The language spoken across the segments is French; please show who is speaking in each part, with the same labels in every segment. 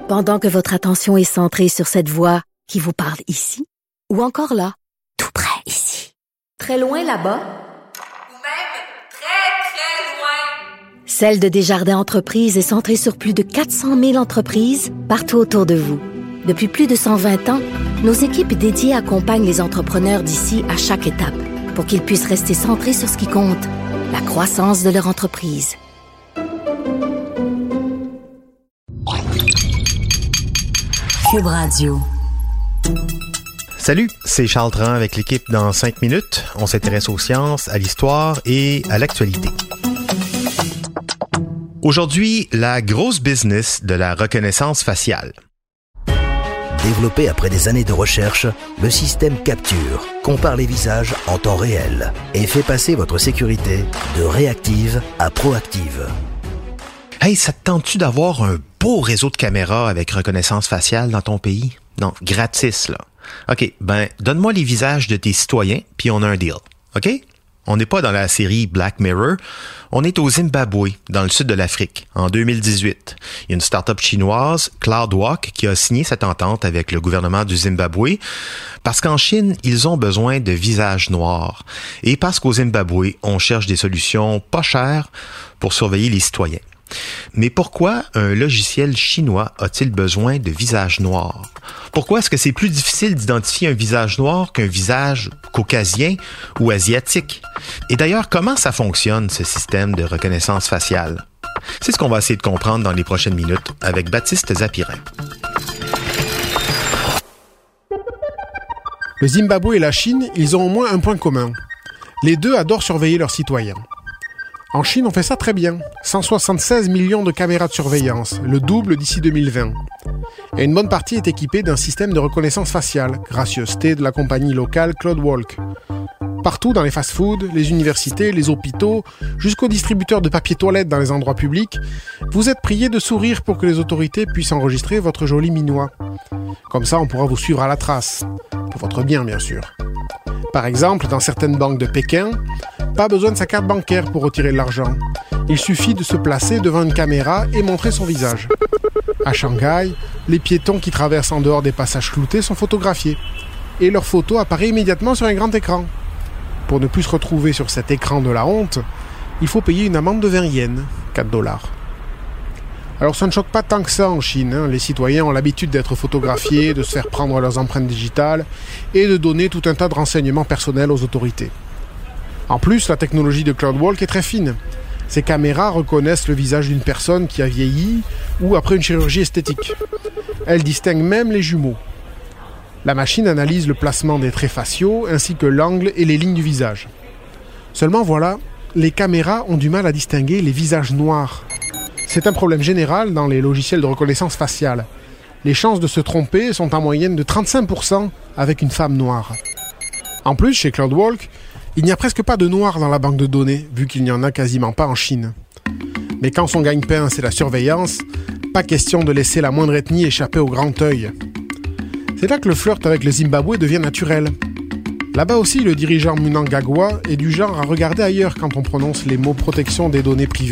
Speaker 1: Pendant que votre attention est centrée sur cette voix qui vous parle ici, ou encore là, tout près ici, très loin là-bas,
Speaker 2: ou même très, très loin.
Speaker 1: Celle de Desjardins Entreprises est centrée sur plus de 400 000 entreprises partout autour de vous. Depuis plus de 120 ans, nos équipes dédiées accompagnent les entrepreneurs d'ici à chaque étape pour qu'ils puissent rester centrés sur ce qui compte, la croissance de leur entreprise.
Speaker 3: Cube Radio.
Speaker 4: Salut, c'est Charles Tran avec l'équipe dans 5 minutes. On s'intéresse aux sciences, à l'histoire et à l'actualité. Aujourd'hui, la grosse business de la reconnaissance faciale.
Speaker 5: Développé après des années de recherche, le système Capture compare les visages en temps réel et fait passer votre sécurité de réactive à proactive.
Speaker 4: Hey, ça te tente-tu d'avoir un beau réseau de caméras avec reconnaissance faciale dans ton pays? Non, gratis, là. OK, donne-moi les visages de tes citoyens, puis on a un deal. OK? On n'est pas dans la série Black Mirror. On est au Zimbabwe, dans le sud de l'Afrique, en 2018. Il y a une start-up chinoise, CloudWalk, qui a signé cette entente avec le gouvernement du Zimbabwe parce qu'en Chine, ils ont besoin de visages noirs. Et parce qu'au Zimbabwe, on cherche des solutions pas chères pour surveiller les citoyens. Mais pourquoi un logiciel chinois a-t-il besoin de visages noirs? Pourquoi est-ce que c'est plus difficile d'identifier un visage noir qu'un visage caucasien ou asiatique? Et d'ailleurs, comment ça fonctionne, ce système de reconnaissance faciale? C'est ce qu'on va essayer de comprendre dans les prochaines minutes avec Baptiste Zapirin.
Speaker 6: Le Zimbabwe et la Chine, ils ont au moins un point commun. Les deux adorent surveiller leurs citoyens. En Chine, on fait ça très bien. 176 millions de caméras de surveillance, le double d'ici 2020. Et une bonne partie est équipée d'un système de reconnaissance faciale, gracieuseté de la compagnie locale CloudWalk. Partout dans les fast-foods, les universités, les hôpitaux, jusqu'aux distributeurs de papier toilette dans les endroits publics, vous êtes priés de sourire pour que les autorités puissent enregistrer votre joli minois. Comme ça, on pourra vous suivre à la trace. Pour votre bien, bien sûr. Par exemple, dans certaines banques de Pékin, pas besoin de sa carte bancaire pour retirer de l'argent. Il suffit de se placer devant une caméra et montrer son visage. À Shanghai, les piétons qui traversent en dehors des passages cloutés sont photographiés. Et leur photo apparaît immédiatement sur un grand écran. Pour ne plus se retrouver sur cet écran de la honte, il faut payer une amende de 20 yens, $4. Alors ça ne choque pas tant que ça en Chine. Les citoyens ont l'habitude d'être photographiés, de se faire prendre leurs empreintes digitales et de donner tout un tas de renseignements personnels aux autorités. En plus, la technologie de CloudWalk est très fine. Ces caméras reconnaissent le visage d'une personne qui a vieilli ou après une chirurgie esthétique. Elles distinguent même les jumeaux. La machine analyse le placement des traits faciaux ainsi que l'angle et les lignes du visage. Seulement voilà, les caméras ont du mal à distinguer les visages noirs. C'est un problème général dans les logiciels de reconnaissance faciale. Les chances de se tromper sont en moyenne de 35% avec une femme noire. En plus, chez CloudWalk, il n'y a presque pas de noirs dans la banque de données, vu qu'il n'y en a quasiment pas en Chine. Mais quand son gagne-pain, c'est la surveillance, pas question de laisser la moindre ethnie échapper au grand œil. C'est là que le flirt avec le Zimbabwe devient naturel. Là-bas aussi, le dirigeant Mnangagwa est du genre à regarder ailleurs quand on prononce les mots « protection des données privées ».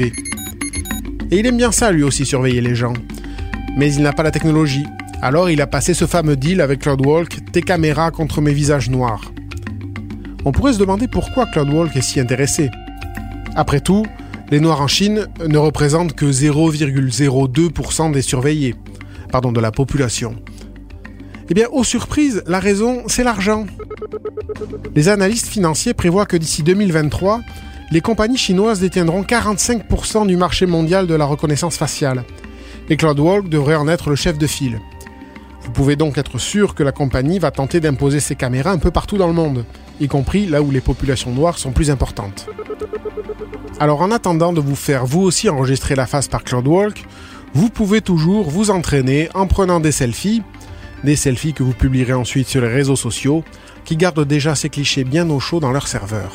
Speaker 6: Et il aime bien ça, lui aussi, surveiller les gens. Mais il n'a pas la technologie. Alors il a passé ce fameux deal avec CloudWalk, tes caméras contre mes visages noirs. On pourrait se demander pourquoi CloudWalk est si intéressé. Après tout, les Noirs en Chine ne représentent que 0,02% des surveillés, de la population. Eh bien, aux surprises, la raison, c'est l'argent. Les analystes financiers prévoient que d'ici 2023, les compagnies chinoises détiendront 45% du marché mondial de la reconnaissance faciale. Et CloudWalk devrait en être le chef de file. Vous pouvez donc être sûr que la compagnie va tenter d'imposer ses caméras un peu partout dans le monde, y compris là où les populations noires sont plus importantes. Alors en attendant de vous faire vous aussi enregistrer la face par CloudWalk, vous pouvez toujours vous entraîner en prenant des selfies que vous publierez ensuite sur les réseaux sociaux, qui gardent déjà ces clichés bien au chaud dans leur serveur.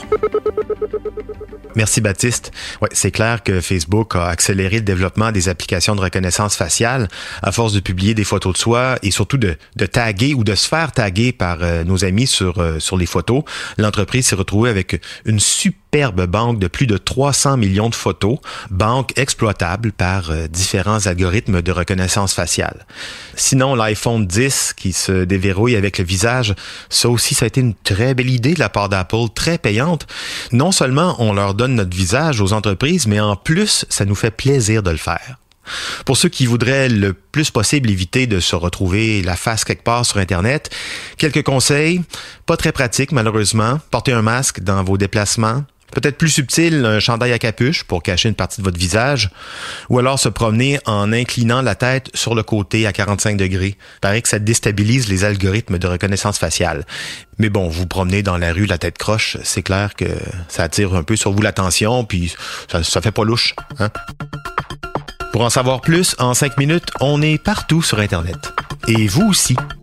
Speaker 4: Merci Baptiste. Ouais, c'est clair que Facebook a accéléré le développement des applications de reconnaissance faciale à force de publier des photos de soi et surtout de taguer ou de se faire taguer par nos amis sur les photos. L'entreprise s'est retrouvée avec une super superbe banque de plus de 300 millions de photos, banque exploitable par différents algorithmes de reconnaissance faciale. Sinon, l'iPhone 10 qui se déverrouille avec le visage, ça aussi, ça a été une très belle idée de la part d'Apple, très payante. Non seulement on leur donne notre visage aux entreprises, mais en plus, ça nous fait plaisir de le faire. Pour ceux qui voudraient le plus possible éviter de se retrouver la face quelque part sur Internet, quelques conseils, pas très pratiques malheureusement, portez un masque dans vos déplacements, peut-être plus subtil, un chandail à capuche pour cacher une partie de votre visage, ou alors se promener en inclinant la tête sur le côté à 45 degrés. Il paraît que ça déstabilise les algorithmes de reconnaissance faciale. Mais bon, vous promenez dans la rue la tête croche, c'est clair que ça attire un peu sur vous l'attention, puis ça fait pas louche, hein? Pour en savoir plus, en 5 minutes, on est partout sur Internet. Et vous aussi.